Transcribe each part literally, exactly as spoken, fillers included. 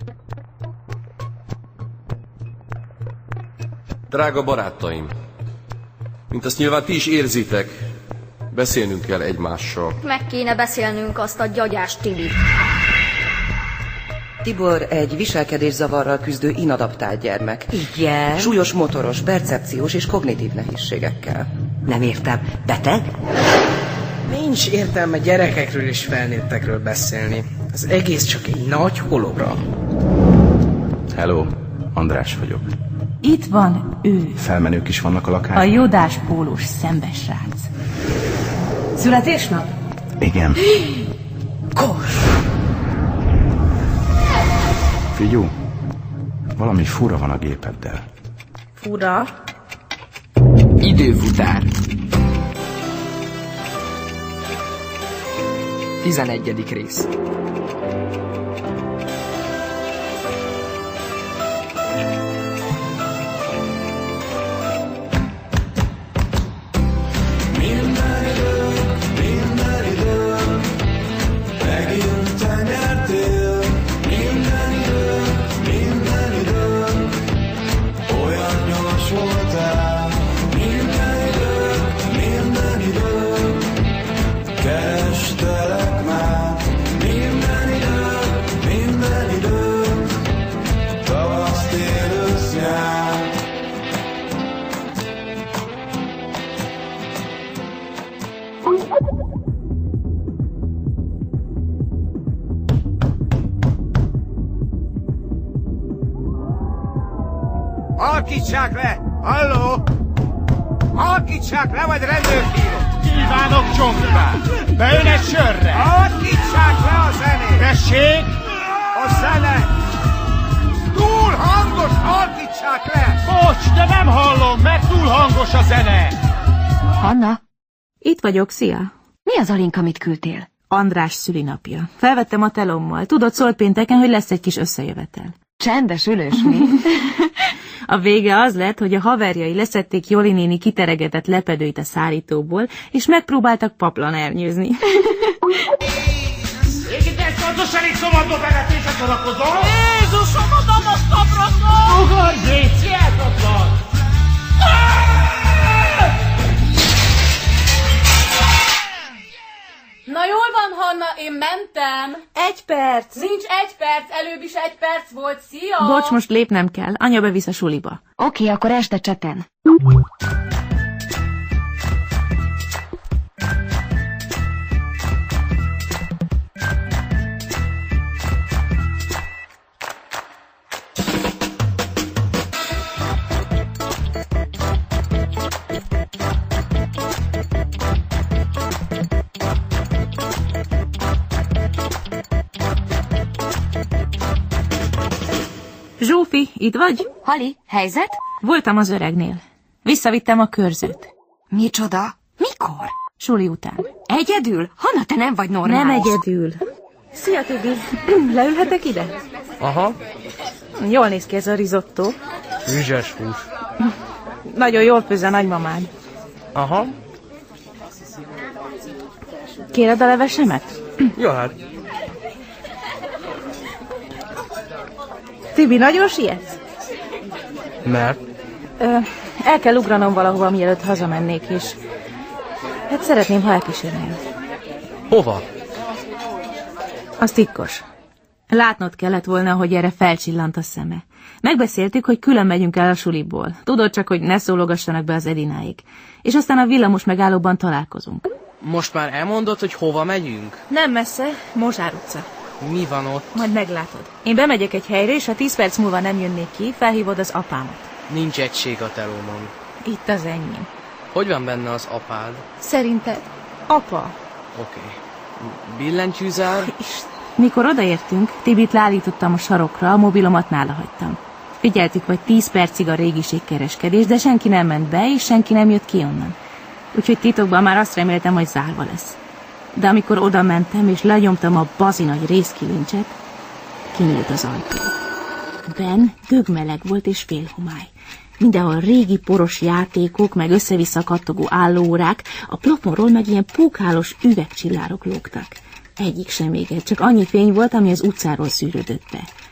Drága barátaim, mint azt nyilván ti is érzitek, beszélnünk kell egymással. Meg kéne beszélnünk azt a gyagyás Tibit. Tibor egy viselkedészavarral küzdő inadaptált gyermek. Igen. Súlyos motoros, percepciós és kognitív nehézségekkel. Nem értem. Beteg? Nincs értelme gyerekekről és felnőttekről beszélni. Az egész csak egy nagy hologram. Hello, András vagyok. Itt van ő. Felmenők is vannak a lakásban? A jodás pólós szembes srác. Születésnap? Igen. Kors! Figyú, valami fura van a gépeddel. Fura? Időfutár. tizenegyedik rész. Alkítsák le! Halló! Alkítsák le, vagy rendőrhívok! Kívánok csonkát! Bejön egy sörre! Alkítsák le a zenét! Tessék! A zene! Túl hangos! Alkítsák le! Bocs, de nem hallom, mert túl hangos a zene! Hanna? Itt vagyok, szia! Mi az a link, amit küldtél? András szülinapja. Felvettem a telommal. Tudod, szólt pénteken, hogy lesz egy kis összejövetel. Csendes ülős, mi? A vége az lett, hogy a haverjai leszették Joli néni kiteregetett lepedőit a szárítóból, és megpróbáltak paplan ernyőzni. Égítesz pontosan itt szabadba beletésre sorakozol! Jézusom, adom a szabratot! Ugorj, Léci, elkaplak! Na jól van, Hanna, én mentem. Egy perc! Nincs egy perc, előbb is egy perc volt, szia! Bocs, most lépnem kell, anya bevisz a suliba. Oké, okay, akkor este cseten. Zsófi, itt vagy? Hali, helyzet? Voltam az öregnél. Visszavittem a körzőt. Micsoda? Mikor? Suli után. Egyedül? Hanna, te nem vagy normális. Nem egyedül. Szia, Tibi. Leülhetek ide? Aha. Jól néz ki ez a risotto. Vizes hús. Nagyon jól főz a nagymamád. Aha. Kéred a levesemet? Jó, hát. Tibi, nagyon sietsz? Mert? Ö, el kell ugranom valahova, mielőtt hazamennék is. Hát szeretném, ha elkísérnél. Hova? Az titkos. Látnod kellett volna, hogy erre felcsillant a szeme. Megbeszéltük, hogy külön megyünk el a suliból. Tudod csak, hogy ne szólogassanak be az Edináig. És aztán a villamos megállóban találkozunk. Most már elmondod, hogy hova megyünk? Nem messze, Mozsár utca. Mi van ott? Majd meglátod. Én bemegyek egy helyre, és ha tíz perc múlva nem jönnék ki, felhívod az apámat. Nincs egység a telómon. Itt az enyém. Hogy van benne az apád? Szerinted? Apa. Oké. Okay. Billentyűzár? És mikor odaértünk, Tibit leállítottam a sarokra, a mobilomat nála hagytam. Figyeltük vagy tíz percig a régiségkereskedés, de senki nem ment be, és senki nem jött ki onnan. Úgyhogy titokban már azt reméltem, hogy zárva lesz. De amikor oda mentem, és lenyomtam a bazinagy részkilincset, kinyílt az ajtó. Benn dögmeleg volt és félhomály. Mindenhol régi poros játékok, meg össze-vissza kattogó állóórák, a plafonról meg ilyen pókhálós üvegcsillárok lógtak. Egyik sem égett, csak annyi fény volt, ami az utcáról szűrődött be.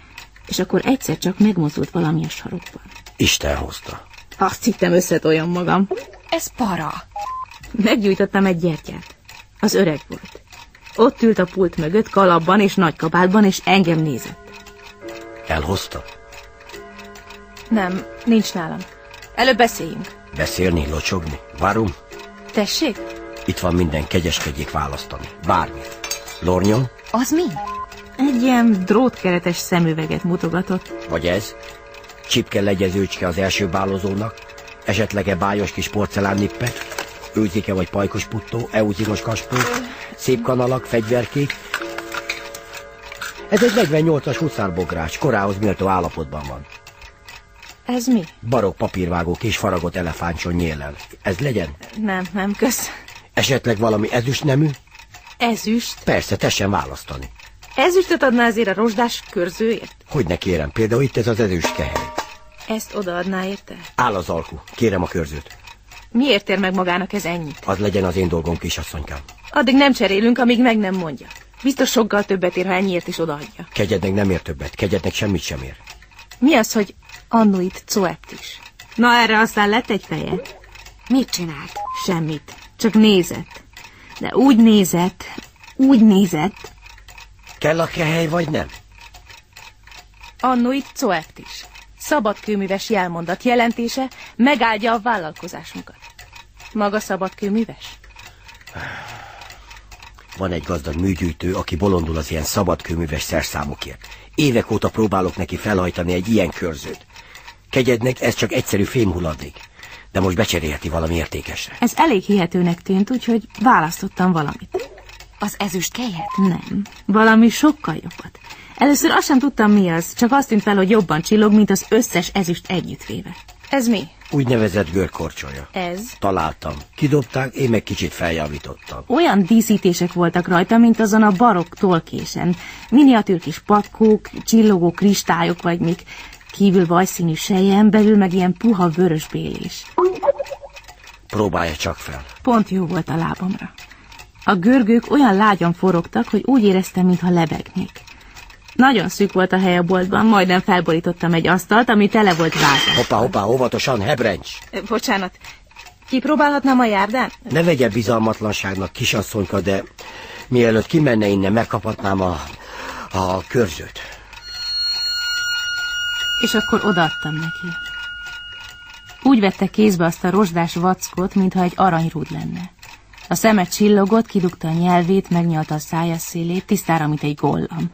És akkor egyszer csak megmozdult valami a sarokban. Isten hozta. Azt hittem, összetoljam magam. Ez para. Meggyújtottam egy gyertyát. Az öreg volt. Ott ült a pult mögött, kalapban és nagy kabátban, és engem nézett. Elhozta? Nem, nincs nálam. Előbb beszéljünk. Beszélni, locsogni? Várom? Tessék? Itt van minden, kegyeskedjék választani. Bármit. Lornyon? Az mi? Egy ilyen drótkeretes szemüveget mutogatott. Vagy ez? Csipke legyezőcske az első bálozónak? Esetleg-e bájos kis porcelánnippe? Őzike vagy pajkos puttó? Euzinos kaspó? Szép kanalak, fegyverkék? Ez egy negyvennyolcas huszárbogrács, korához méltó állapotban van. Ez mi? Barokk papírvágó kis faragott elefántson nyéllel. Ez legyen? Nem, nem, kösz. Esetleg valami ezüst nemű? Ezüst? Persze, tessen választani. Ezüstöt adná ezért a rozsdás körzőért? Hogy ne kérem, például itt ez az ezüst kehely. Ezt odaadná érte? Áll az alku, kérem a körzőt. Miért ér meg magának ez ennyit? Az legyen az én dolgom, kisasszonykám. Addig nem cserélünk, amíg meg nem mondja. Biztos sokkal többet ér, ha ennyiért is odaadja. Kegyednek nem ér többet, kegyednek semmit sem ér. Mi az, hogy annuit coeptis? Na erre aztán lett egy feje. Mit csinált? Semmit, csak nézett. De úgy nézett, úgy nézett. Kell a kehely, vagy nem? Annuit coeptis. Szabadkőműves jelmondat jelentése megáldja a vállalkozásunkat. Maga szabadkőműves? Van egy gazdag műgyűjtő, aki bolondul az ilyen szabadkőműves szerszámokért. Évek óta próbálok neki felhajtani egy ilyen körzőt. Kegyednek ez csak egyszerű fémhulladék, de most becserélheti valami értékesre. Ez elég hihetőnek tűnt, úgyhogy választottam valamit. Az ezüst kelyet? Nem, valami sokkal jobbat. Először azt sem tudtam, mi az, csak azt tűnt fel, hogy jobban csillog, mint az összes ezüst együttvéve. Ez mi? Úgynevezett görkorcsolya. Ez? Találtam. Kidobták, én meg kicsit feljavítottam. Olyan díszítések voltak rajta, mint azon a barokk tolkésen. Miniatűr kis patkók, csillogó kristályok vagy mik. Kívül vajszínű selyem, belül meg ilyen puha vörösbélés. Próbálja csak fel. Pont jó volt a lábamra. A görgők olyan lágyan forogtak, hogy úgy éreztem, mintha lebegnék. Nagyon szűk volt a hely a boltban, majdnem felborítottam egy asztalt, ami tele volt vázal. Hoppá, hoppá, óvatosan, hebrencs! Bocsánat, kipróbálhatnám a járdán? Ne vegye bizalmatlanságnak, kisasszonyka, de mielőtt kimenne innen, megkaphatnám a, a körzőt. És akkor odaadtam neki. Úgy vette kézbe azt a rozsdás vackot, mintha egy aranyrúd lenne. A szeme csillogott, kidugta a nyelvét, megnyalta a szája szélét, tisztára, mint egy gollam.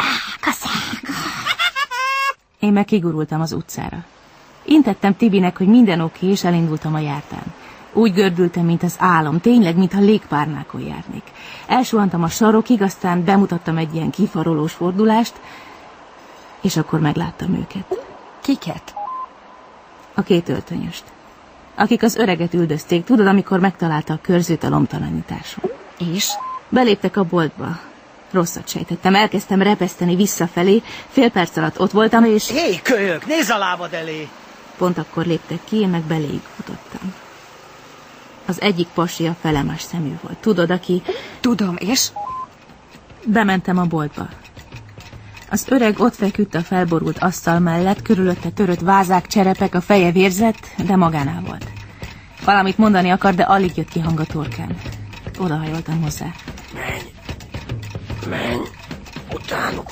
Én meg kigurultam az utcára. Intettem Tibinek, hogy minden oké, és elindultam a járdán. Úgy gördültem, mint az álom, tényleg, mintha légpárnákon járnék. Elsuhantam a sarokig, aztán bemutattam egy ilyen kifarolós fordulást, és akkor megláttam őket. Kiket? A két öltönyöst. Akik az öreget üldözték, tudod, amikor megtalálta a körzőt a lomtalanításon. És? Beléptek a boltba. Rosszat sejtettem, elkezdtem repeszteni visszafelé, fél perc alatt ott voltam, és... Hé, kölyök, nézz a lábad elé! Pont akkor léptek ki, én meg beléjük futottam. Az egyik pasi a felemás szemű volt. Tudod, aki... Tudom, és? Bementem a boltba. Az öreg ott feküdt a felborult asztal mellett, körülötte törött vázák, cserepek, a feje vérzett, de magánál volt. Valamit mondani akar, de alig jött ki hang a torkán. Odahajoltam hozzá. Menj! Menj! Utánuk!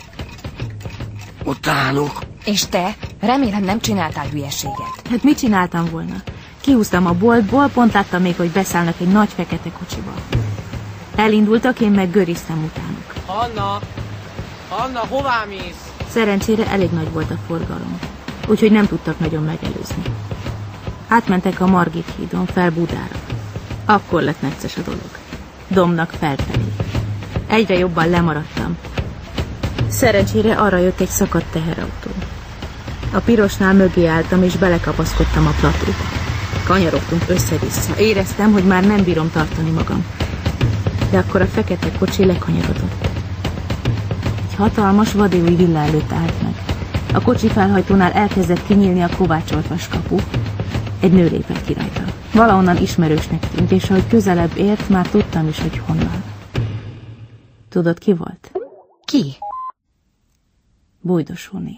Utánuk! És te? Remélem nem csináltál hülyeséget. Hát mit csináltam volna? Kihúztam a boltból, pont láttam még, hogy beszállnak egy nagy fekete kocsiba. Elindultak, én meg göriztem utánuk. Anna! Anna, hová mész? Szerencsére elég nagy volt a forgalom, úgyhogy nem tudtak nagyon megelőzni. Átmentek a Margit hídon fel Budára. Akkor lett necces a dolog. Dombnak felfelé. Egyre jobban lemaradtam. Szerencsére arra jött egy szakadt teherautó. A pirosnál mögé álltam, és belekapaszkodtam a platóba. Kanyarogtunk össze-vissza. Éreztem, hogy már nem bírom tartani magam. De akkor a fekete kocsi lekanyarodott. Egy hatalmas vadéúj villa előtt állt meg. A kocsi felhajtónál elkezdett kinyílni a kovácsolt vaskapu. Egy nő lépett ki rajta. Valahonnan ismerősnek tűnt, és ahogy közelebb ért, már tudtam is, hogy honnan. Tudod, ki volt? Ki? Bújdosóné.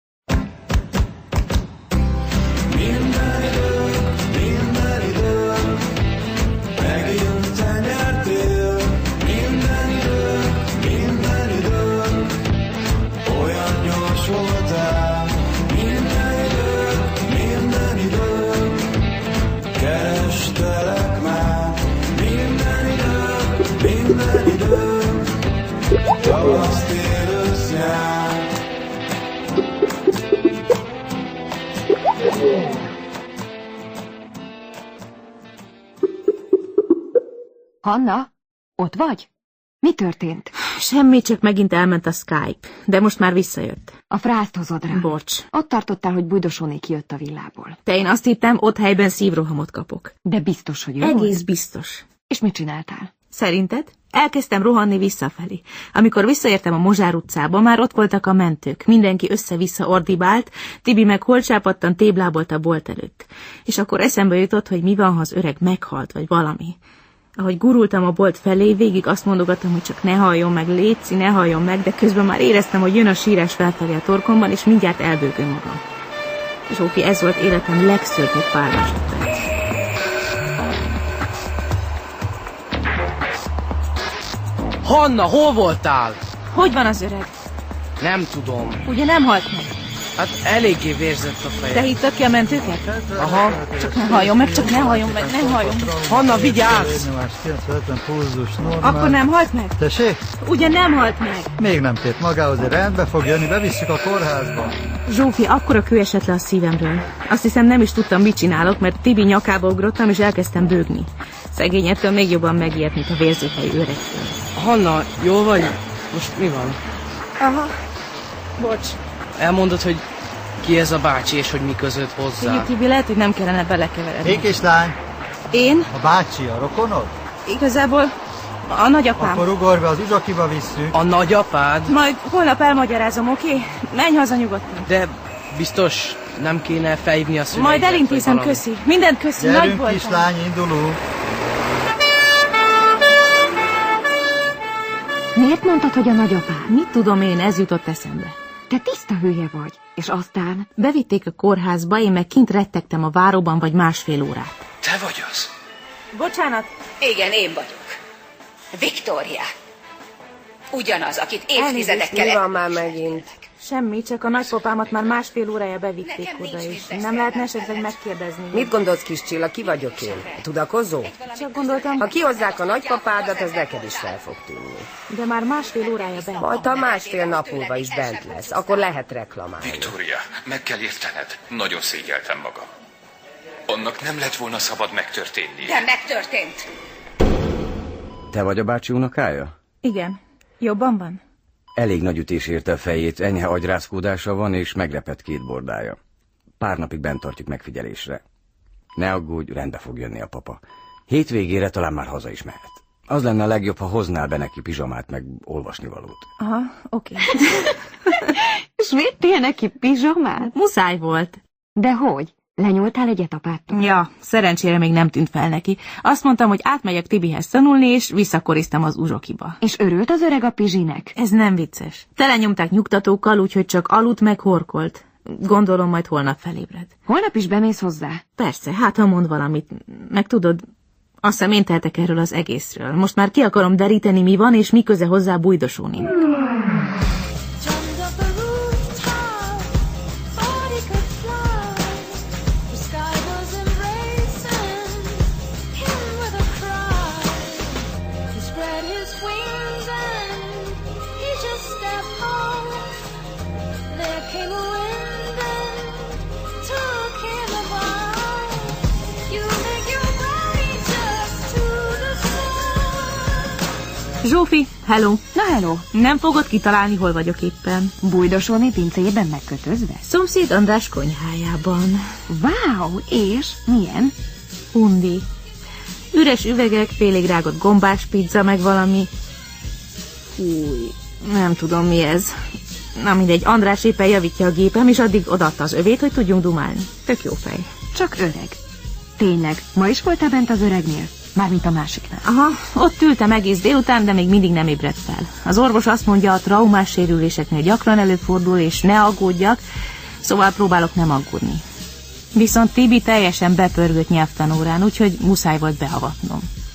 Minden idő, minden idő, megint te nyertél. Minden idő, minden idő, olyan gyors voltál. Minden idő, minden idő, kerestelek már. Minden idő, minden idő, tavasz, tél, ősz, nyár. Hanna, ott vagy? Mi történt? Semmi, csak megint elment a Skype, de most már visszajött. A frászt hozod rá. Bocs. Ott tartottál, hogy Bújdosóné kijött a villából. De én azt hittem, ott helyben szívrohamot kapok. De biztos, hogy ő Egész volt? biztos. És mit csináltál? Szerinted? Elkezdtem rohanni visszafelé. Amikor visszaértem a Mozsár utcába, már ott voltak a mentők. Mindenki össze-vissza ordibált, Tibi meg holcsápattan téblábolt a bolt előtt. És akkor eszembe jutott, hogy mi van, ha az öreg meghalt, vagy valami. Ahogy gurultam a bolt felé, végig azt mondogattam, hogy csak ne halljon meg, léci, ne halljon meg, de közben már éreztem, hogy jön a sírás felfelé a torkomban, és mindjárt elbőgöm magam. Zsófi, ez volt életem legszörnyűbb pár másodperc. Hanna, hol voltál? Hogy van az öreg? Nem tudom. Ugye nem halt meg? Hát eléggé vérzett a feje. De hittak ki a mentőket? Aha. Csak ne halljon meg, csak ne halljon meg, ne halljon meg. Hanna, vigyázz! Akkor nem halt meg? Tessék? Ugye nem halt meg? Még nem tért magához, de rendbe fog jönni, bevisszük a kórházba. Zsófi, akkora kő esett le a szívemről. Azt hiszem, nem is tudtam, mit csinálok, mert Tibi nyakába ugrottam, és elkezdtem bőgni. Szegény ettől még jobban megijedt, mint a vérzőfejű öregtől. Hanna, jól vagy? Most mi van? Aha. Bocs. Elmondod, hogy ki ez a bácsi, és hogy mi között hozzá? Figyelj, Tibi, lehet, hogy nem kellene belekeveredni. Hé, kislány! Én? A bácsi, a rokonod? Igazából a nagyapám. Akkor ugorj be, az uzsakiba visszük. A nagyapád? Majd holnap elmagyarázom, oké? Okay? Menj haza nyugodtan. De biztos nem kéne felhívni a szüleidet? Majd elintézem, köszi. Mindent köszi, Gyerünk, nagy voltam. kislány, indulunk. Miért mondtad, hogy a nagyapád? Mit tudom én, ez jutott eszembe. Te tiszta hülye vagy. És aztán? Bevitték a kórházba, én meg kint rettegtem a váróban vagy másfél órát. Te vagy az? Bocsánat. Igen, én vagyok. Viktória. Ugyanaz, akit évtizedekkel... Mi van már megint? Semmi, csak a nagypapámat már másfél órája bevitték oda, és nem lehetne esetleg megkérdezni. Mit gondolsz, kis Csilla, ki vagyok én? Tudakozó? Csak gondoltam... Ha kihozzák a nagypapádat, ez neked is fel fog tűnni. De már másfél órája bent. Majd a másfél nap múlva is bent lesz, akkor lehet reklamálni. Viktória, meg kell értened. Nagyon szégyeltem magam. Annak nem lett volna szabad megtörténnie. De megtörtént. Te vagy a bácsi unokája? Igen. Jobban van? Elég nagy ütés érte a fejét, enyhe agyrázkódása van, és megrepett két bordája. Pár napig bent tartjuk megfigyelésre. Ne aggódj, rendbe fog jönni a papa. Hétvégére talán már haza is mehet. Az lenne a legjobb, ha hoznál be neki pizsamát, meg olvasnivalót. Aha, oké. Okay. És vittél neki pizsamát? Muszáj volt. De hogy? Lenyúltál egyet apától? Ja, szerencsére még nem tűnt fel neki. Azt mondtam, hogy átmegyek Tibihez tanulni, és visszakoriztam az uzsokiba. És örült az öreg a pizsinek? Ez nem vicces. Telenyomták nyugtatókkal, úgyhogy csak aludt meg horkolt. Gondolom, majd holnap felébred. Holnap is bemész hozzá? Persze, hát ha mond valamit. Meg tudod, azt hiszem én tehetek erről az egészről. Most már ki akarom deríteni, mi van, és mi köze hozzá Bújdosónénak. Zsófi, hello! Na hello! Nem fogod kitalálni, hol vagyok éppen. Bújdosóné pincéjében megkötözve? Szomszéd András konyhájában. Wow, és milyen? Undi. Üres üvegek, félig rágott gombás pizza, meg valami... Fúj, nem tudom mi ez. Na mindegy, András éppen javítja a gépem, és addig odaadta az övét, hogy tudjunk dumálni. Tök jó fej. Csak öreg. Tényleg, ma is voltál bent az öregnél? Mármint a másiknál. Aha, ott ültem egész délután, de még mindig nem ébredt fel. Az orvos azt mondja, a traumás sérüléseknél gyakran előfordul, és ne aggódjak, szóval próbálok nem aggódni. Viszont Tibi teljesen bepörgött nyelvtanórán, úgyhogy muszáj volt beavatnom.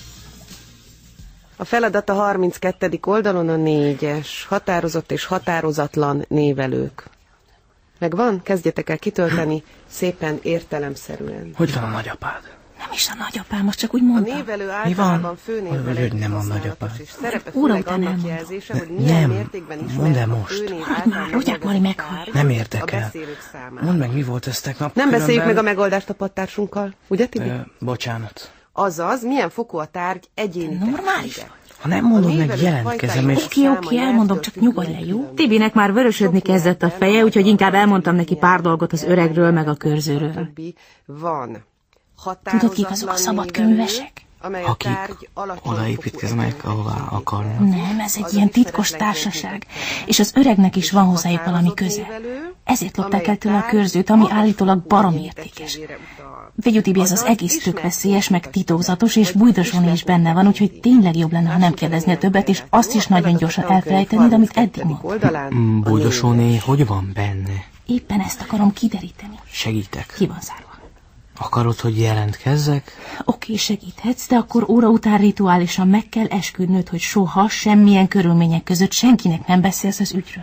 A feladat a harminckettedik oldalon a négyes. Határozott és határozatlan névelők. Megvan? Kezdjetek el kitölteni szépen értelemszerűen. Hogy van a nagyapád? Nem is a nagyapám, most csak úgy mondta. A névelő általában főnévvel hogy nem a nagyapád? és szerepe Óra főleg után annak elmondom. jelzése, hogy milyen Nem, mértékben mondd el ismert a most. főnév Maradj által már, Rugyák Mari meghallja. Nem értek el. beszélők számára. Mondd meg, mi volt ez tegnap? Nem beszéljük különben- meg a megoldást a pattársunkkal, ugye Tibi? Ö, bocsánat. Azaz, milyen fokú a tárgy egyéni Normális. Ha nem mondod meg, jelentkezem, és... Oké, oké, elmondom, csak nyugodj le, jó? Tibinek már vörösödni kezdett a feje, úgyhogy inkább elmondtam neki pár dolgot az öregről, meg a körzőről. Van. Tudod, kik azok a szabadkönyvesek? Akik odaépítkeznek, ahová akarnak. Nem, ez egy ilyen titkos társaság, és az öregnek is van hozzájuk valami köze. Ezért lopták el tőle a körzőt, ami állítólag barom értékes. Figyelj, Tibi, ez az egész tök veszélyes, meg titokzatos, és Bújdosóné is benne van, úgyhogy tényleg jobb lenne, ha nem kérdeznél többet, és azt is nagyon gyorsan elfelejtenéd, amit eddig mondtál. Bújdosóné, hogy van benne? Éppen ezt akarom kideríteni. Segítek. Ki van zárva? Akarod, hogy jelentkezzek? Oké, segíthetsz, de akkor óra után rituálisan meg kell esküdnöd, hogy soha, semmilyen körülmények között senkinek nem beszélsz az ügyről.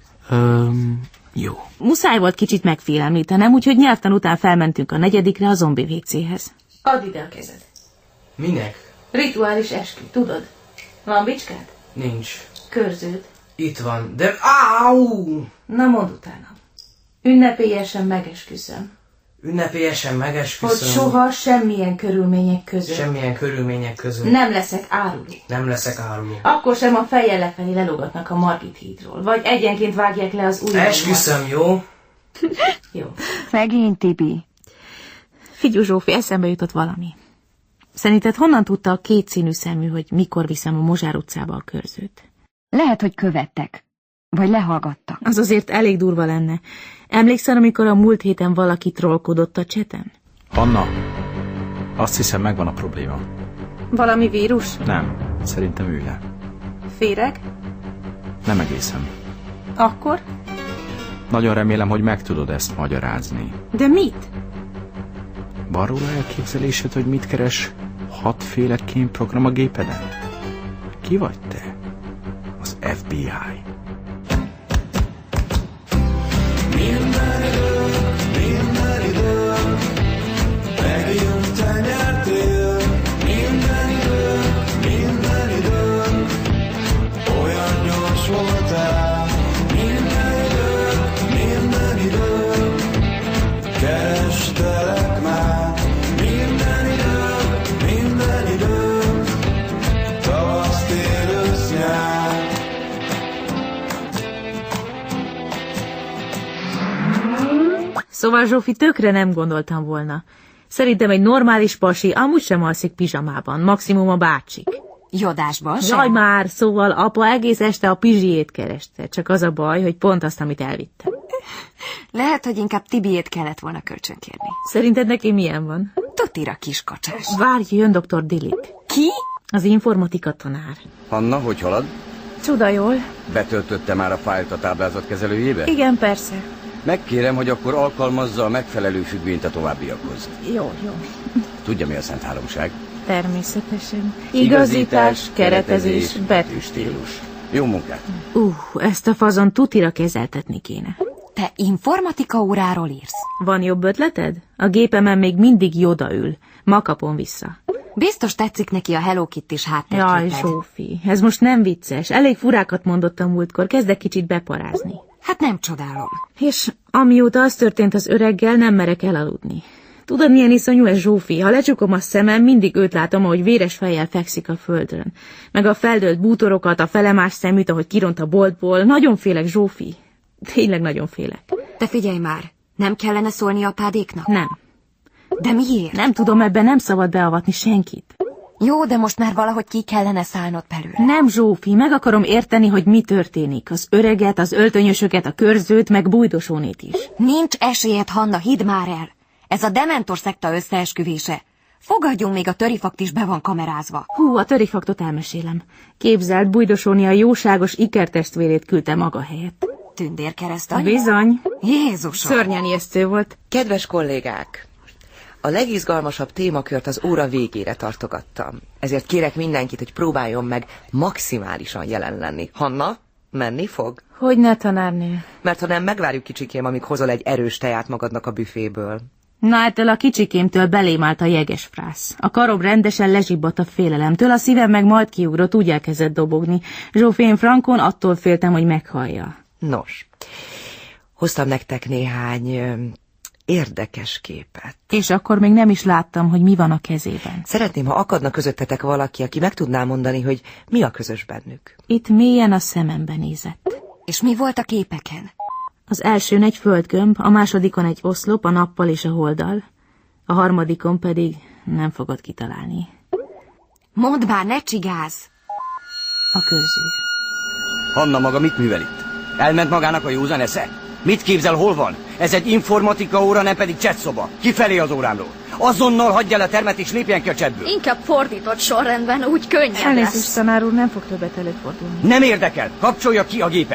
Öm, jó. Muszáj volt kicsit megfélemlítenem, úgyhogy nyelvtan után felmentünk a negyedikre a zombi vécéhez. Add ide a kezed. Minek? Rituális eskü, tudod? Van bicskád? Nincs. Körződ. Itt van, de... Áú! Na, mondd utána. Ünnepélyesen megesküszöm. Ünnepélyesen megesküszöm. Hogy soha semmilyen körülmények között. Semmilyen körülmények között. Nem leszek áruló. Nem leszek áruló. Akkor sem a fejjel lefelé lelogatnak a Margit hídról. Vagy egyenként vágják le az ujjamat. Esküszöm, jó? Jó. Szegény Tibi. Figyú Zsófi, eszembe jutott valami. Szerinted honnan tudta a kétszínű szemű, hogy mikor viszem a Mozsár utcába a körzőt? Lehet, hogy követtek. Vagy lehallgattak. Az azért elég durva lenne. Emlékszel, amikor a múlt héten valaki trollkodott a cseten? Anna, azt hiszem megvan a probléma. Valami vírus? Nem, szerintem ülje. Féreg? Nem egészen. Akkor? Nagyon remélem, hogy meg tudod ezt magyarázni. De mit? Van róla elképzelésed, hogy mit keres hatféle kémprogram a gépeden? Ki vagy te? Az ef bé i. Minden idő, minden idő, megint te nyertél. Minden idő, minden idő, olyan gyors voltál. Minden idő, minden idő, kerestelek már. Minden idő, minden idő, tavasz, tél, ősz, nyár. Szóval Zsófi, tökre nem gondoltam volna. Szerintem egy normális pasi amúgy sem alszik pizsamában, maximum a bácsik. Jodásban sem? Jaj már, szóval apa egész este a pizsiét kereste, csak az a baj, hogy pont azt, amit elvittem. Lehet, hogy inkább Tibiét kellett volna kölcsönkérni. Szerinted neki milyen van? Tutira kiskacsás. Várj, jön doktor Dilik. Ki? Az informatika tanár. Hanna, hogy halad? Csuda jól. Betöltötte már a fájlt a táblázat kezelőjébe? Igen, persze. Megkérem, hogy akkor alkalmazza a megfelelő függvényt a továbbiakhoz. Jó, jó. Tudja, mi a Szent Háromság? Természetesen. Igazítás, keretezés, betűstílus. Jó munkát. Uh, ezt a fazon tutira kezeltetni kéne. Te informatika óráról írsz? Van jobb ötleted? A gépemen még mindig Yoda ül. Ma kapom vissza. Biztos tetszik neki a Hello Kitty-s háttérképed. Jaj, Zsófi, ez most nem vicces. Elég furákat mondottam múltkor, kezdek kicsit beparázni. Hát nem csodálom. És amióta az történt az öreggel, nem merek elaludni. Tudod, milyen iszonyú ez, Zsófi? Ha lecsukom a szemem, mindig őt látom, ahogy véres fejjel fekszik a földön. Meg a feldölt bútorokat, a felemás szeműt, ahogy kiront a boltból. Nagyon félek, Zsófi. Tényleg nagyon félek. Te figyelj már, nem kellene szólni apádéknak? Nem. De miért? Nem tudom, ebben nem szabad beavatni senkit. Jó, de most már valahogy ki kellene szállnod belőle. Nem, Zsófi, meg akarom érteni, hogy mi történik. Az öreget, az öltönyösöket, a körzőt, meg Bújdosónét is. Nincs esélyed, Hanna, hidd már el. Ez a dementor szekta összeesküvése. Fogadjunk, még a törifakt is be van kamerázva. Hú, a törifaktot elmesélem. Képzeld, Bújdosónia jóságos ikertestvérét küldte maga helyett. Tündérkeresztany? Bizony. Jézusom. Szörnyen ijesztő volt. Kedves kollégák, a legizgalmasabb témakört az óra végére tartogattam. Ezért kérek mindenkit, hogy próbáljon meg maximálisan jelen lenni. Hanna, menni fog? Hogy ne, tanárnő? Mert ha nem, megvárjuk kicsikém, amíg hozol egy erős teját magadnak a büféből. Na, ettől a kicsikémtől belém állt a jeges frász. A karom rendesen lezsibbadt a félelemtől, a szívem meg majd kiugrott, úgy elkezdett dobogni. Zsófén Frankon attól féltem, hogy meghallja. Nos, hoztam nektek néhány ö, érdekes képet. És akkor még nem is láttam, hogy mi van a kezében. Szeretném, ha akadna közöttetek valaki, aki meg tudná mondani, hogy mi a közös bennük. Itt mélyen a szemembe nézett. És mi volt a képeken? Az elsőn egy földgömb, a másodikon egy oszlop, a nappal és a holddal. A harmadikon pedig nem fogod kitalálni. Mondd már, ne csigáz! A körző. Hanna maga mit művel itt? Elment magának a józan esze? Mit képzel, hol van? Ez egy informatika óra, nem pedig csettszoba. Kifelé az órámról. Azonnal hagyja el a termet és lépjen ki a csetből. Inkább fordított sorrendben, úgy könnyebb lesz. Elnézést, tanár úr, nem fog többet előfordulni. Nem érdekel, kapcsolja ki a gépet.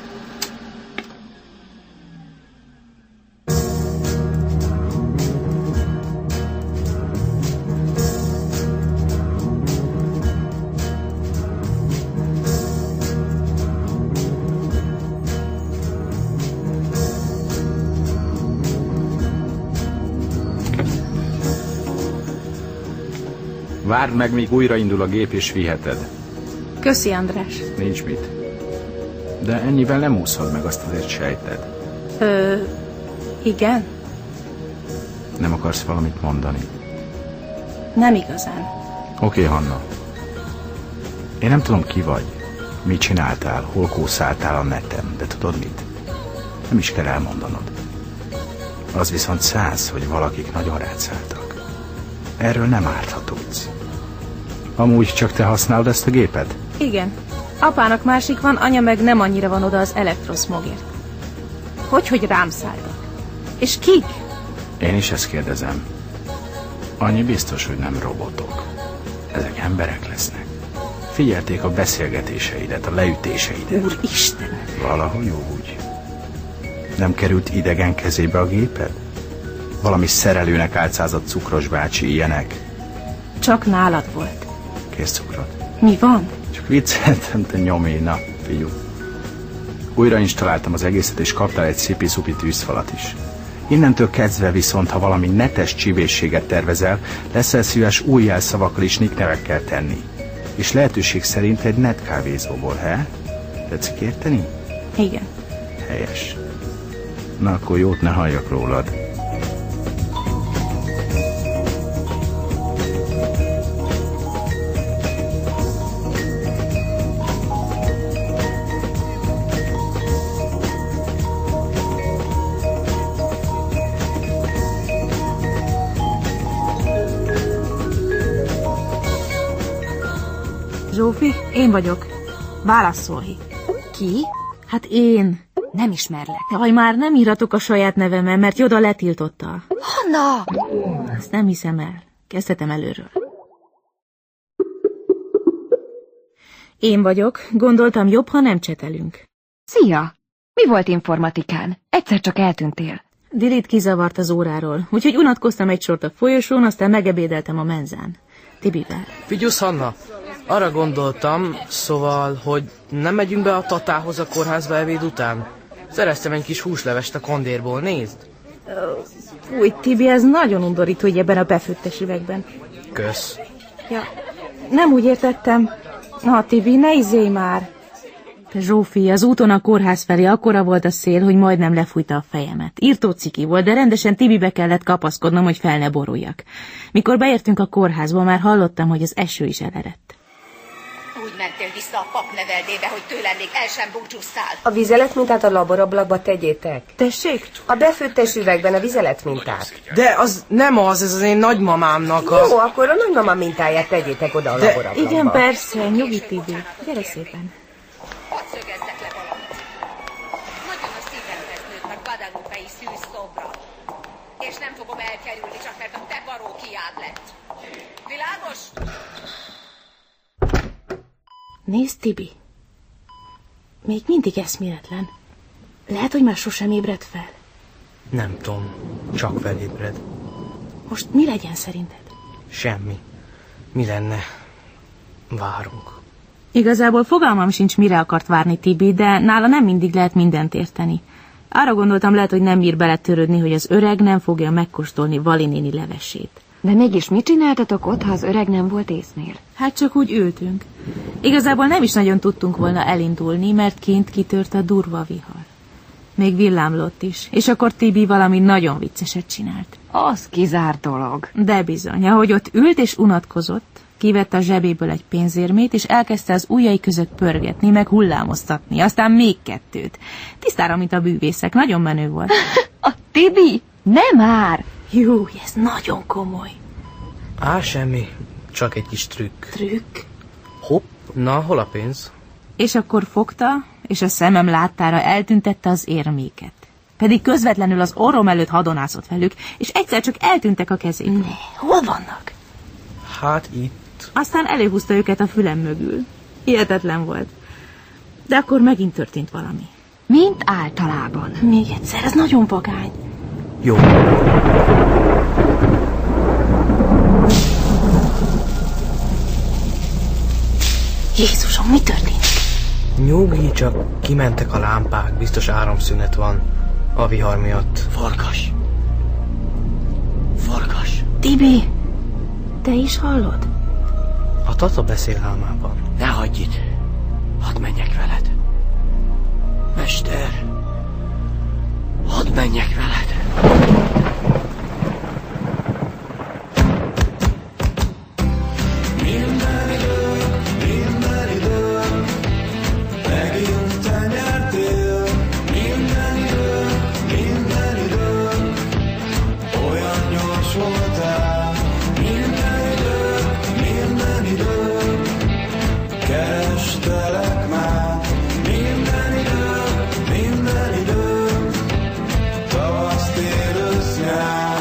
Várd meg, míg újraindul a gép, és viheted. Köszi, András. Nincs mit. De ennyivel nem úszod meg, azt azért sejted. Ö, igen? Nem akarsz valamit mondani? Nem igazán. Oké, Hanna. Én nem tudom, ki vagy, mit csináltál, hol kószáltál a neten, de tudod mit? Nem is kell elmondanod. Az viszont száz, hogy valakik nagyon rád szálltak. Erről nem árthatódsz. Amúgy csak te használod ezt a gépet? Igen. Apának másik van, anya meg nem annyira van oda az elektroszmogért. Hogy, hogy rám szálltak? És kik? Én is ezt kérdezem. Annyi biztos, hogy nem robotok. Ezek emberek lesznek. Figyelték a beszélgetéseidet, a leütéseidet. Úristen! Valahogy úgy. Nem került idegen kezébe a géped? Valami szerelőnek álcázott cukros bácsi, ilyenek? Csak nálad volt. Kész cukrot. Mi van? Csak vicceltem, te nyomé, na, figyú. Újra installáltam az egészet, és kaptál egy szipi-szupi tűzfalat is. Innentől kezdve viszont, ha valami netes csibészséget tervezel, leszel szíves új jelszavakkal is nicknevekkel tenni. És lehetőség szerint egy netkávézóból, he? Tetszik érteni? Igen. Helyes. Na, akkor jót ne halljak rólad. Zsófi, én vagyok. Válaszolj. Ki? Hát én. Nem ismerlek. Jaj, már nem írhatok a saját nevemmel, mert Joda letiltotta. Hanna! Ezt nem hiszem el. Kezdhetem előről. Én vagyok. Gondoltam, jobb, ha nem csetelünk. Szia! Mi volt informatikán? Egyszer csak eltűntél. Dilit kizavart az óráról, úgyhogy unatkoztam egy sort a folyosón, aztán megebédeltem a menzán. Tibivel. Figyelsz, Hanna? Arra gondoltam, szóval, hogy nem megyünk be a Tatához a kórházba ebéd után? Szereztem egy kis húslevest a kondérból, nézd! Fúj, Tibi, ez nagyon undorító, hogy ebben a befőttes üvegben. Kösz. Ja, nem úgy értettem. Na, Tibi, ne izélj már! Te Zsófi, az úton a kórház felé akkora volt a szél, hogy majdnem lefújta a fejemet. Írtó ciki volt, de rendesen Tibibe kellett kapaszkodnom, hogy fel ne boruljak. Mikor beértünk a kórházba, már hallottam, hogy az eső is elerett. Úgy mentél vissza a papneveldébe, hogy tőlem még el sem búcsúsztál. A vizeletmintát a laborablakba tegyétek. Tessék? A befőttes üvegben a vizeletmintát. De az nem az, ez az én nagymamámnak a... Jó, akkor a nagymama mintáját tegyétek oda a De laborablakba. Igen, persze, nyugi, Tibi. Gyere szépen. Hadd szögezzek le valamit. Nagyon a szívemhez nőtt a Guadalupe-i szűz szobra. És nem fogom elkerülni, csak mert a te barókiád lett. Világos? Nézd, Tibi. Még mindig eszméletlen. Lehet, hogy már sosem ébred fel. Nem tudom, csak felébred. Most mi legyen szerinted? Semmi. Mi lenne? Várunk. Igazából fogalmam sincs, mire akart várni Tibi, de nála nem mindig lehet mindent érteni. Arra gondoltam, lehet, hogy nem bír beletörődni, hogy az öreg nem fogja megkóstolni Vali néni levesét. De mégis mit csináltatok ott, ha az öreg nem volt észnél? Hát csak úgy ültünk. Igazából nem is nagyon tudtunk volna elindulni, mert kint kitört a durva vihar. Még villámlott is, és akkor Tibi valami nagyon vicceset csinált. Az kizárt dolog. De bizony, ahogy ott ült és unatkozott, kivette a zsebéből egy pénzérmét, és elkezdte az ujjai között pörgetni, meg hullámoztatni, aztán még kettőt. Tisztára, mint a bűvészek, nagyon menő volt. A Tibi? Nem már! Jó, ez nagyon komoly. Á, semmi. Csak egy kis trükk. Trükk? Hopp, na, hol a pénz? És akkor fogta, és a szemem láttára eltüntette az érméket. Pedig közvetlenül az orrom előtt hadonászott velük, és egyszer csak eltűntek a kezéből. Ne, hol vannak? Hát itt. Aztán előhúzta őket a fülem mögül. Hihetetlen volt. De akkor megint történt valami. Mint általában. Még egyszer, ez nagyon vagány. Jó. Jézusom, mi történik? Nyugi, csak kimentek a lámpák, biztos áramszünet van a vihar miatt. Farkas. Farkas. Tibi, te is hallod? A tata beszél álmában. Ne hagyj itt. Hadd menjek veled. Mester. Hadd menjek veled. Minden idő, minden idő, megint te nyertél. Minden idő, minden idő, olyan gyors voltál. Minden idő, minden idő, kerestelek már. Minden idő, minden idő, tavasz, tél, ősz, nyár.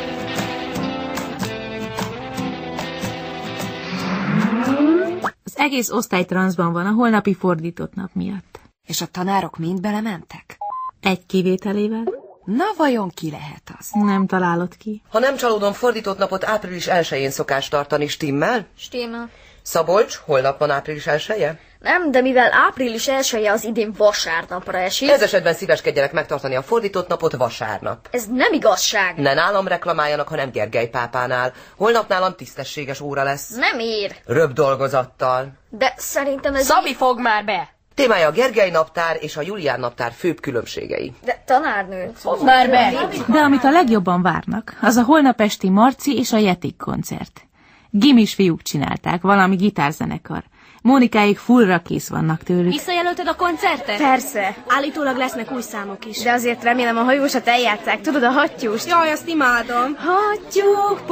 Az egész osztály transzban van a holnapi fordított nap miatt. És a tanárok mind belementek? Egy kivételével. Na vajon ki lehet az? Nem találod ki. Ha nem csalódom, fordított napot április elsején szokás tartani, stimmel? Stimmel. Szabolcs, holnap van április elseje? Nem, de mivel április elseje az idén vasárnapra esik... Ez esetben szíveskedjenek megtartani a fordított napot vasárnap. Ez nem igazság. Ne nálam reklamáljanak, hanem Gergely pápánál. Holnap nálam tisztességes óra lesz. Nem ér. Röbb dolgozattal. De szerintem ez... Szabi, fog már be! Témája a Gergely naptár és a Julián naptár főbb különbségei. De tanárnő... Fog már be! De amit a legjobban várnak, az a holnap esti Marci és a Jetik koncert. Gimis fiúk csinálták, valami gitárzenekar. Mónikáik fullra kész vannak tőlük. Visszajelölted a koncertet? Persze. Állítólag lesznek új számok is. De azért remélem a hajósat eljátszák. Tudod, a hattyúst? Jaj, azt imádom. Hattyúk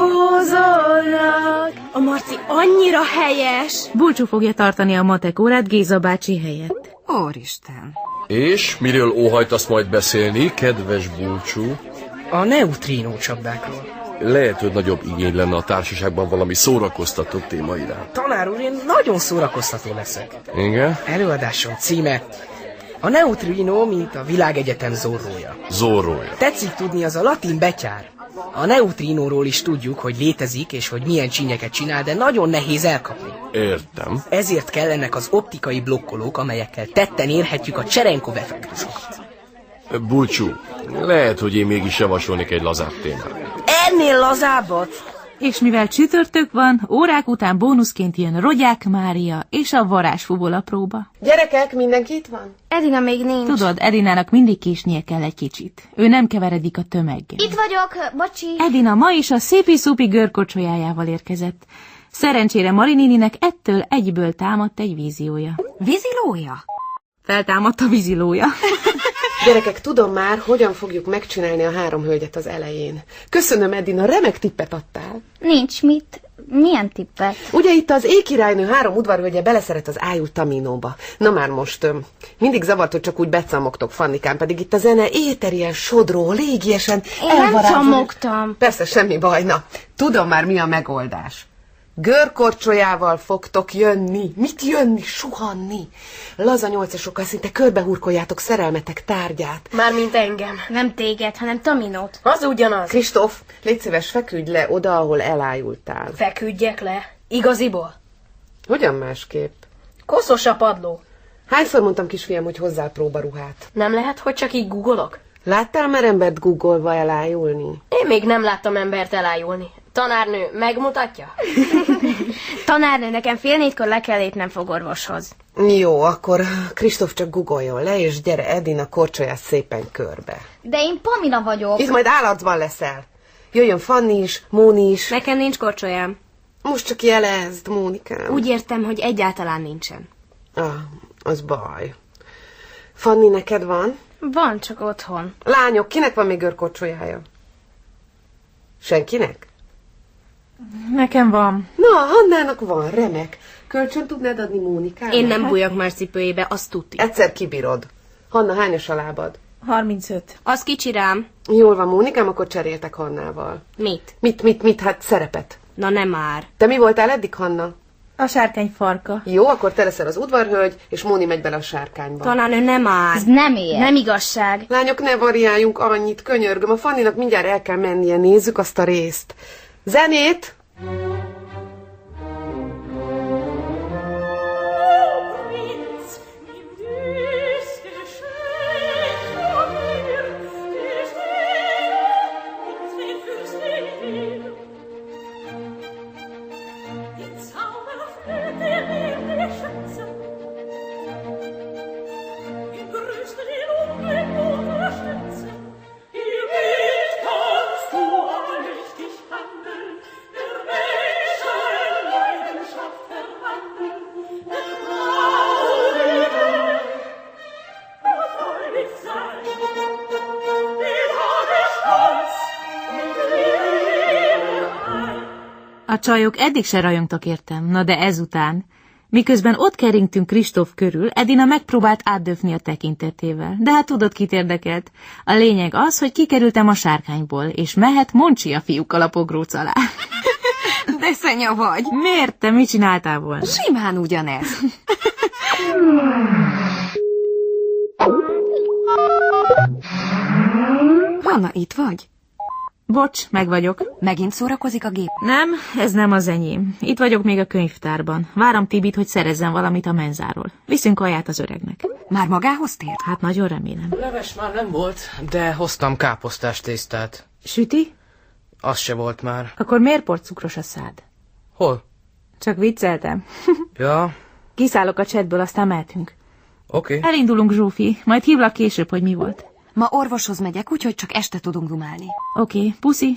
pózolnak. A Marci annyira helyes. Bulcsú fogja tartani a matek órát Géza bácsi helyett. Úristen. És miről óhajtasz majd beszélni, kedves Bulcsú? A neutrínó csapdákról. Lehet, hogy nagyobb igény lenne a társaságban valami szórakoztató téma iránt. Tanár úr, én nagyon szórakoztató leszek. Igen? Előadásom címe: a neutrino, mint a világegyetem zorrója. Zorrója. Tetszik tudni, az a latin betyár. A neutrinóról is tudjuk, hogy létezik, és hogy milyen csínyeket csinál, de nagyon nehéz elkapni. Értem. Ezért kellenek az optikai blokkolók, amelyekkel tetten érhetjük a Cserenkov effektusokat. Bulcsú, lehet, hogy én mégis javasolnék egy lazább témát. Ennél lazábbat? És mivel csütörtök van, órák után bónuszként jön Rogyák Mária és a varázsfuvola próba. Gyerekek, mindenki itt van? Edina még nincs. Tudod, Edinának mindig késnie kell egy kicsit. Ő nem keveredik a tömeggel. Itt vagyok, bocsi. Edina ma is a szépi-szupi görkocsolyájával érkezett. Szerencsére Marinininek ettől egyből támadt egy víziója. Vízilója? Feltámadt a vízilója. Gyerekek, tudom már, hogyan fogjuk megcsinálni a három hölgyet az elején. Köszönöm, Edina, remek tippet adtál. Nincs mit. Milyen tippet? Ugye itt az ékirálynő három udvarhölgye beleszeret az ájú Taminóba. Na már most, öm, mindig zavart, hogy csak úgy becamogtok, Fannikám, pedig itt a zene éterien, sodró, légiesen Én nem camogtam. Persze, semmi baj, na. Tudom már, mi a megoldás. Görkorcsolyával fogtok jönni. Mit jönni? Suhanni. Laza nyolcasokkal szinte körbehurkoljátok szerelmetek tárgyát. Mármint engem. Nem téged, hanem Taminót. Az ugyanaz. Kristóf, légy szíves, feküdj le oda, ahol elájultál. Feküdjek le? Igaziból? Hogyan másképp? Koszos a padló. Hányszor mondtam, kisfiam, hogy hozzál próbaruhát? Nem lehet, hogy csak így googolok? Láttál már embert googolva elájulni? Én még nem láttam embert elájulni. Tanárnő, megmutatja? Tanárnő, nekem fél négykor le kell lépnem fogorvoshoz. Jó, akkor Kristóf csak googoljon le, és gyere Edina korcsolyát szépen körbe. De én Pamina vagyok. Itt majd állatban leszel. Jöjjön Fanni is, Móni is. Nekem nincs korcsolyám. Most csak jelezd, Mónikám. Úgy értem, hogy egyáltalán nincsen. Ah, az baj. Fanni, neked van? Van, csak otthon. Lányok, kinek van még görkorcsolyája? Senkinek? Nekem van. Na, Hannának van, remek. Kölcsön tudnád adni Mónikának? Én nem bújok már cipőjébe, azt tuti. Egyszer kibírod. Hanna, hányas a lábad? harmincöt. Az kicsi rám. Jól van, Mónikám, akkor cseréltek Hannával. Mit? Mit, mit, mit, hát szerepet. Na nem már. Te mi voltál eddig, Hanna? A sárkány farka. Jó, akkor te leszel az udvarhölgy, és Móni megy bele a sárkányba. Tanárnő, nem már. Ez nem ér. Nem igazság. Lányok, ne variáljunk annyit, könyörgöm. A Fanninak mindjárt el kell mennie, nézzük azt a részt. Zenét! A csajok eddig se rajongtak értem, na de ezután. Miközben ott keringtünk Kristóf körül, Edina megpróbált átdöfni a tekintetével. De hát tudod, kit érdekelt. A lényeg az, hogy kikerültem a sárkányból, és mehet Moncsi fiúkkal a pogróc alá. De szenya vagy. Miért? Te mit csináltál volna? Simán ugyanez. Hanna, itt vagy? Bocs, meg vagyok. Megint szórakozik a gép? Nem, ez nem az enyém. Itt vagyok még a könyvtárban. Várom Tibit, hogy szerezzen valamit a menzáról. Viszünk kaját az öregnek. Már magához tér? Hát nagyon remélem. Leves már nem volt, de hoztam káposztás tésztát. Süti? Az se volt már. Akkor miért porcukros a szád? Hol? Csak vicceltem. Ja. Kiszállok a chatből, aztán mehetünk. Oké. Okay. Elindulunk, Zsófi. Majd hívlak később, hogy mi volt. Ma orvoshoz megyek, úgyhogy csak este tudunk dumálni. Oké, okay, puszi.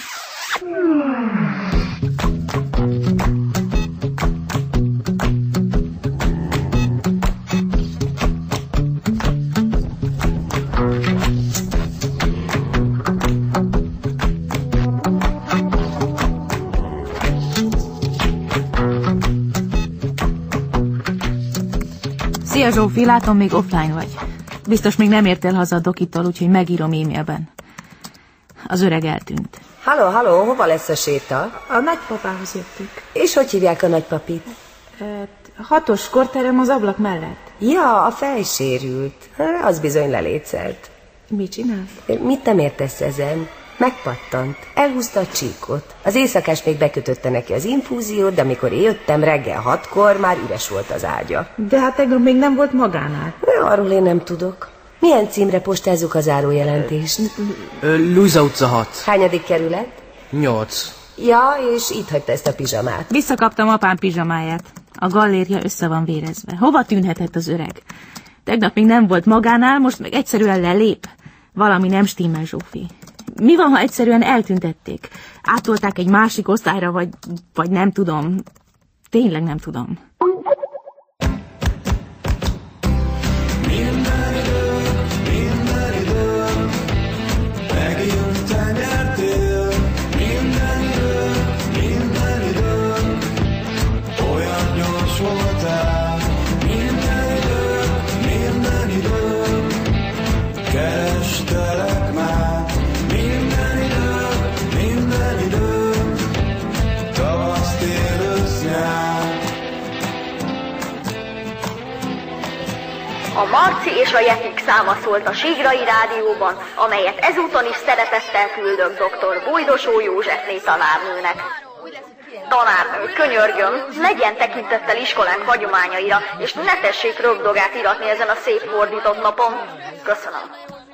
Szia Zsófi, látom még offline vagy. Biztos még nem értél haza a dokitól, úgyhogy megírom e-mailben. Az öreg eltűnt. Halló, halló, hova lesz a séta? A nagypapához jöttük. És hogy hívják a nagypapit? E, hatos korterem az ablak mellett. Ja, a fejsérült. Az bizony lelécelt. Mit csinál? Mit nem értesz ezen? Megpattant. Elhúzta a csíkot. Az éjszakás még bekötötte neki az infúziót, de amikor én jöttem reggel hatkor, már üres volt az ágya. De hát tegnap még nem volt magánál. Arról én nem tudok. Milyen címre postázzuk a zárójelentést? Luisa utca hat. Hányadik kerület? Nyolc. Ja, és itt hagyta ezt a pizsamát. Visszakaptam apám pizsamáját. A gallérja össze van vérezve. Hova tűnhetett az öreg? Tegnap még nem volt magánál, most meg egyszerűen lelép. Valami nem stimmel, Zsófi. Mi van, ha egyszerűen eltüntették? Átolták egy másik osztályra, vagy, vagy nem tudom. Tényleg nem tudom. Minden idő, minden idő, Marci és a Jetik száma szólt a Sigrai Rádióban, amelyet ezúton is szeretettel küldök dr. Bújdosó Józsefné tanárnőnek. Tanárnő, könyörgöm, legyen tekintettel iskolánk hagyományaira, és ne tessék röpdogát iratni ezen a szép fordított napon. Köszönöm.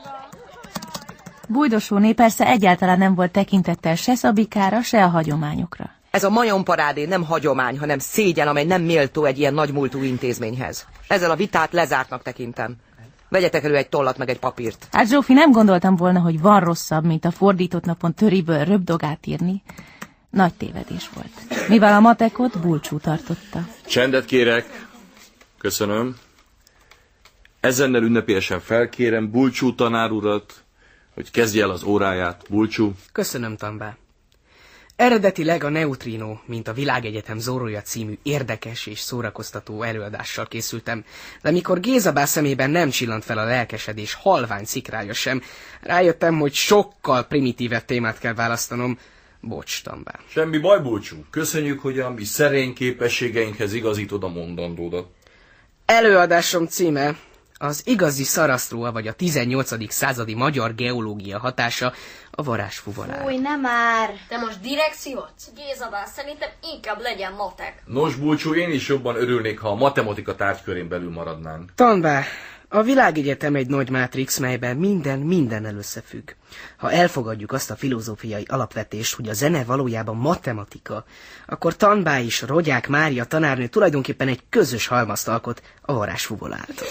Bújdosóné persze egyáltalán nem volt tekintettel se Szabikára, se a hagyományokra. Ez a majomparádé nem hagyomány, hanem szégyen, amely nem méltó egy ilyen nagymúltú intézményhez. Ezzel a vitát lezártnak tekintem. Vegyetek elő egy tollat meg egy papírt. Hát Zsófi, nem gondoltam volna, hogy van rosszabb, mint a fordított napon töriből röpdogát írni. Nagy tévedés volt. Mivel a matekot Bulcsú tartotta. Csendet kérek. Köszönöm. Ezennel ünnepélyesen felkérem Bulcsú tanár urat, hogy kezdje el az óráját. Bulcsú. Köszönöm, tanbá. Eredetileg a Neutrino, mint a Világegyetem Zorrója című érdekes és szórakoztató előadással készültem, de mikor Gézabá szemében nem csillant fel a lelkesedés halvány szikrája sem, rájöttem, hogy sokkal primitívebb témát kell választanom. Bocs, tanbá. Semmi baj, Bulcsú. Köszönjük, hogy a mi szerény képességeinkhez igazítod a mondandódat. Előadásom címe az igazi Szarasztróa vagy a tizennyolcadik századi magyar geológia hatása a varázsfuvalára. Új, nem már! Te most direkciót? Gézabá, szerintem inkább legyen matek. Nos, Bulcsú, én is jobban örülnék, ha a matematika tárgykörén belül maradnánk. Tanbá, a Világegyetem egy nagy mátrix, melyben minden mindennel összefügg. Ha elfogadjuk azt a filozófiai alapvetést, hogy a zene valójában matematika, akkor Tanbá és Rogyák Mária tanárnő tulajdonképpen egy közös halmazt alkot a varázsfuvolától.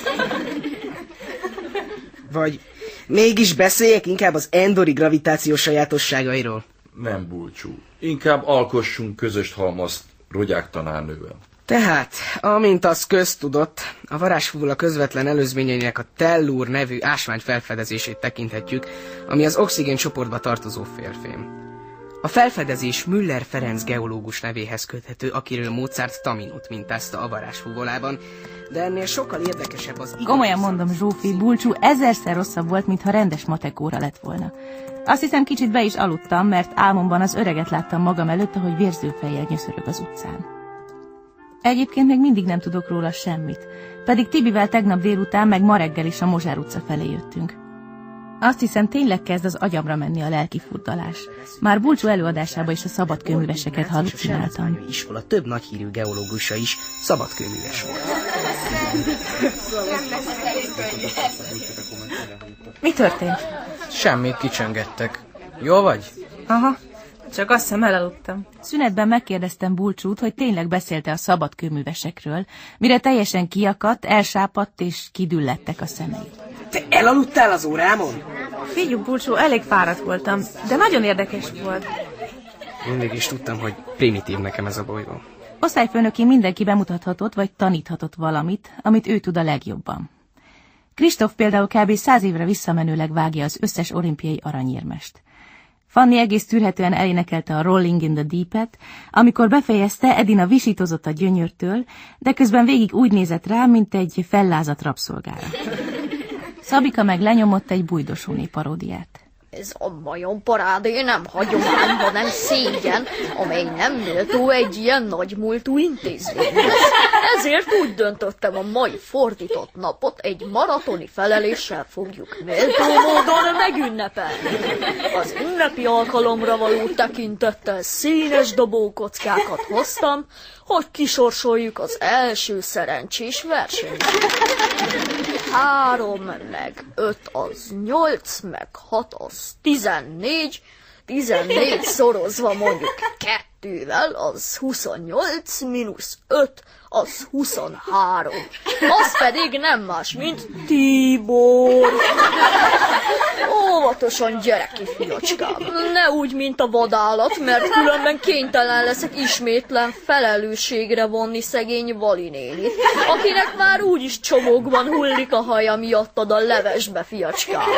Vagy mégis beszéljek inkább az endori gravitáció sajátosságairól? Nem, Bulcsú. Inkább alkossunk közös halmazt Rogyák tanárnővel. Tehát, amint az köztudott, a varázsfúvola közvetlen előzményeinek a tellúr nevű ásvány felfedezését tekinthetjük, ami az oxigén csoportba tartozó félfém. A felfedezés Müller Ferenc geológus nevéhez köthető, akiről Mozart Taminót mintázta a varázsfúvolában, de ennél sokkal érdekesebb az... Komolyan mondom, Zsófi, Bulcsú ezerszer rosszabb volt, mintha rendes matekóra lett volna. Azt hiszem, kicsit be is aludtam, mert álmomban az öreget láttam magam előtt, ahogy vérzőfejjel nyöszörög az utcán. Egyébként még mindig nem tudok róla semmit, pedig Tibivel tegnap délután meg ma reggel is a Mozsár utca felé jöttünk. Azt hiszem, tényleg kezd az agyamra menni a lelki furdalás. Már Bulcsú előadásában is a szabadkőműveseket hallucináltam. A iskola több nagyhírű geológusa is szabadkőműves volt. Mi történt? Semmit, kicsöngettek. Jól vagy? Aha, csak azt hiszem elaludtam. Szünetben megkérdeztem Bulcsút, hogy tényleg beszélte a szabadkőművesekről, mire teljesen kiakadt, elsápadt és kidüllettek a szemei. Te elaludtál az órámon? Figyelj, Bulcsú, elég fáradt voltam, de nagyon érdekes volt. Mindig is tudtam, hogy primitív nekem ez a bolygó. Osztályfőnöki mindenki bemutathatott vagy taníthatott valamit, amit ő tud a legjobban. Kristóf például kb. száz évre visszamenőleg vágja az összes olimpiai aranyérmest. Fanni egész tűrhetően elénekelte a Rolling in the Deep-et, amikor befejezte, Edina visítozott a gyönyörtől, de közben végig úgy nézett rá, mint egy fellázadt rabszolgára. Szabika meg lenyomott egy Bújdosóné paródiát. Ez a majomparádé nem hagyomány, hanem szégyen, amely nem méltó egy ilyen nagymúltú intézményhez. Ezért úgy döntöttem, a mai fordított napot egy maratoni feleléssel fogjuk méltó módon megünnepelni. Az ünnepi alkalomra való tekintettel színes dobókockákat hoztam, hogy kisorsoljuk az első szerencsés versenyt. Három, meg öt az nyolc, meg hat az tizennégy, tizennégy szorozva mondjuk kettővel, az huszonnyolc, mínusz öt, az huszonhárom. Az pedig nem más, mint Tibor. Óvatosan, gyereki fiacskám, ne úgy, mint a vadállat, mert különben kénytelen leszek ismétlen felelősségre vonni szegény Vali nénit, akinek már úgyis csomókban hullik a haja miattad a levesbe, fiacskám.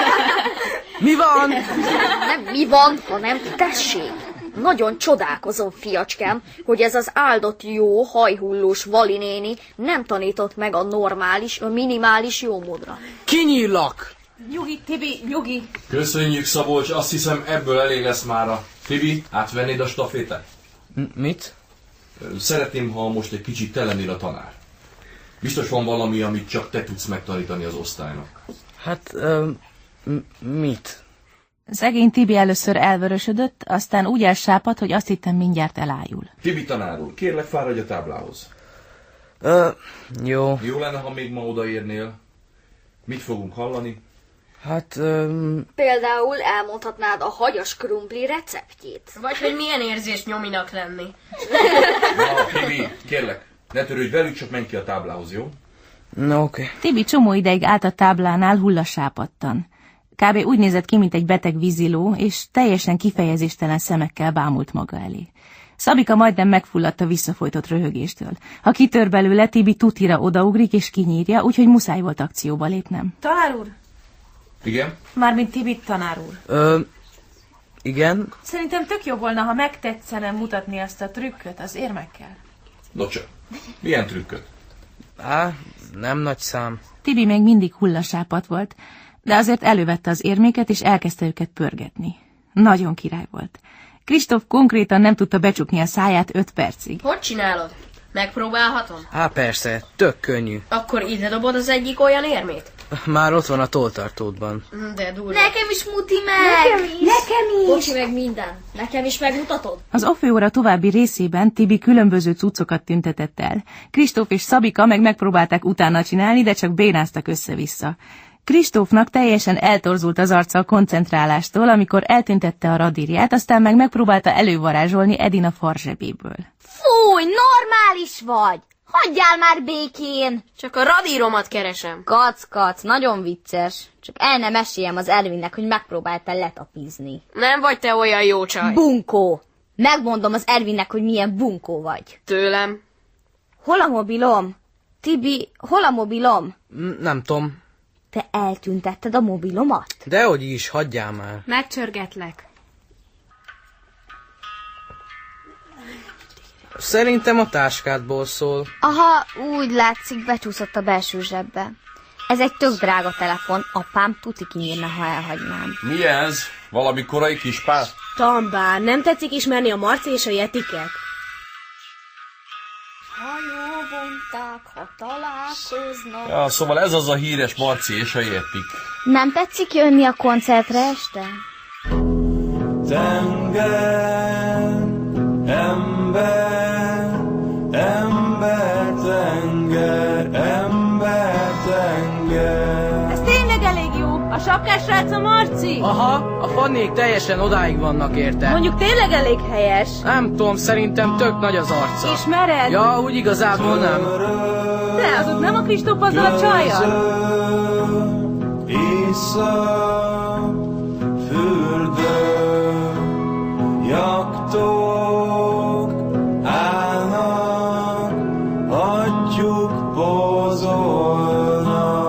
Mi van? Nem mi van, hanem tessék. Nagyon csodálkozom, fiacskám, hogy ez az áldott jó, hajhullós Vali néni nem tanított meg a normális, a minimális jómódra. Kinyíllak! Nyugi, Tibi, nyugi! Köszönjük, Szabolcs, azt hiszem ebből elég lesz mára. Tibi, átvennéd a stafétát? Mit? Szeretném, ha most egy kicsit te lennél a tanár. Biztos van valami, amit csak te tudsz megtanítani az osztálynak. Hát, ö, mit? Szegény Tibi először elvörösödött, aztán úgy elsápadt, hogy azt hittem mindjárt elájul. Tibi tanár úr, kérlek fáradj a táblához. Ö, jó. Jó lenne, ha még ma odaérnél. Mit fogunk hallani? Hát... Um... Például elmondhatnád a hagyas krumpli receptjét. Vagy hogy milyen érzés nyominak lenni. Na, Tibi, kérlek, ne törődj velük, csak menj ki a táblához, jó? Na, oké. Okay. Tibi csomó ideig állt a táblánál hullasápadtan. Kb. Úgy nézett ki, mint egy beteg víziló, és teljesen kifejezéstelen szemekkel bámult maga elé. Szabika majdnem megfulladt a visszafolytott röhögéstől. Ha kitör belőle, Tibi tutira odaugrik és kinyírja, úgyhogy muszáj volt akcióba lépnem. Tanár úr? Igen? Mármint Tibi tanár úr. Ö, igen? Szerintem tök jó volna, ha megtetszene mutatni azt a trükköt az érmekkel. Nocsa, milyen trükköt? Á, nem nagy szám. Tibi még mindig hullasápat volt, de azért elővette az érméket, és elkezdte őket pörgetni. Nagyon király volt. Kristóf konkrétan nem tudta becsukni a száját öt percig. Hogy csinálod? Megpróbálhatom? Há, persze, tök könnyű. Akkor ide dobod az egyik olyan érmét? Már ott van a tolltartódban. De durva. Nekem is muti meg! Nekem is! Nekem is! Bocsi meg minden. Nekem is megmutatod? Az offióra további részében Tibi különböző cuccokat tüntetett el. Kristóf és Szabika meg megpróbálták utána csinálni, de csak bénáztak össze-vissza. Kristófnak teljesen eltorzult az arca a koncentrálástól, amikor eltüntette a radírját, aztán meg megpróbálta elővarázsolni Edina farzsebéből. Fúj, normális vagy! Hagyjál már békén! Csak a radíromat keresem. Kac, kac, nagyon vicces. Csak el nem meséljem az Ervinnek, hogy megpróbáltál letapizni. Nem vagy te olyan jó csaj. Bunkó! Megmondom az Ervinnek, hogy milyen bunkó vagy. Tőlem? Hol a mobilom? Tibi, hol a mobilom? M- nem tudom. Te eltüntetted a mobilomat? Dehogy is, hagyjál már. Megcsörgetlek. Szerintem a táskádból szól. Aha, úgy látszik, becsúszott a belső zsebbe. Ez egy tök drága telefon, apám tuti kinyírna, ha elhagynám. Mi ez? Valami korai kispár? Tambár, nem tetszik ismerni a Marci és a Jetiket? Hajóbonták, ha találkoznak. Ja, szóval ez az a híres Marci és a Jetik. Nem tetszik jönni a koncertre este? Tenger, ember, ember, tenger, ember, tenger. Ez tényleg elég jó. A sapkás srác a Marci? Aha, a Fannék teljesen odáig vannak érte. Mondjuk tényleg elég helyes. Nem tudom, szerintem tök nagy az arca. Ismered? Ja, úgy igazából nem. De azok nem a Kristóf azzal a csajjal? Észak, fürdő, jaktok, állnak, atyuk pozolnak.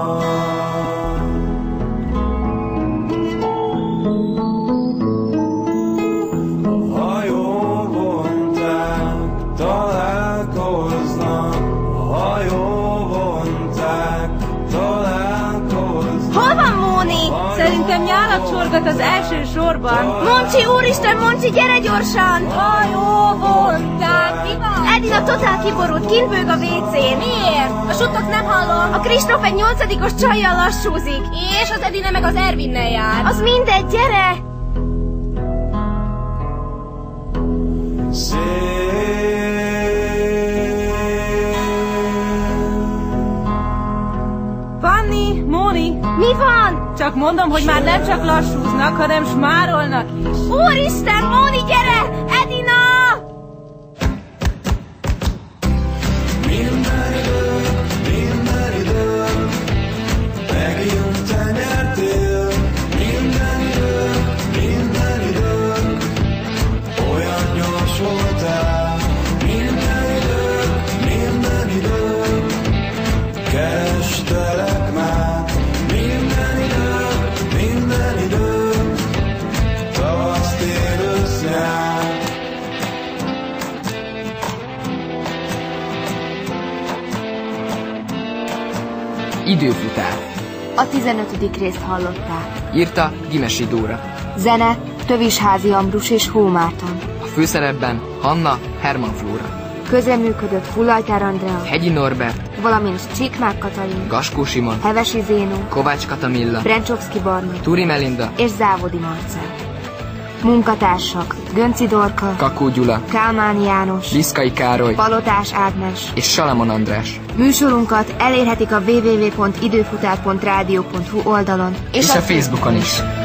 A hajóvonták találkoznak, a hajóvonták találkoznak. Hol van Móni? Szerintem nyálat csorgat az első sorban. Moncsi, úristen, Moncsi, gyere gyorsan! Hajóvonták, mi van? Edina totál kiborult, kint bőg a vécén. Miért? A sutot nem hallom. A Kristóf egy nyolcadikos csajjal lassúzik. És az Edina meg az Ervinnel jár. Az mindegy, gyere! Fanni, Móni. Mi van? Csak mondom, hogy már nem csak lassúznak, hanem smárolnak is. Úristen, Móni, gyere! Edina! Minden idő, minden idő, megint te nyertél. Minden idő, minden idő, olyan gyors voltál. Minden idő, minden idő, kerestelek már. Minden idő, minden idő, tavasz, tél, ősz, nyár. Időfutár. A tizenötödik részt hallották. Írta Gimesi Dóra. Zene Tövisházi Ambrus és Hó Márton. A főszerepben Hanna, Hermann Flóra. Közreműködött Fullajtár Andrea, Hegyi Norbert, valamint Csikmák Katalin, Gaskó Simon, Hevesi Zénó, Kovács Katamilla, Brencsovszki Barna, Turi Melinda és Závodi Marcell. Munkatársak: Gönci Dorka, Kakó Gyula, Kálmán János, Liszkai Károly, Palotás Ágnes és Salamon András. Műsorunkat elérhetik a double-u double-u double-u pont időfutár pont rádió pont hu oldalon És, és a Facebookon is.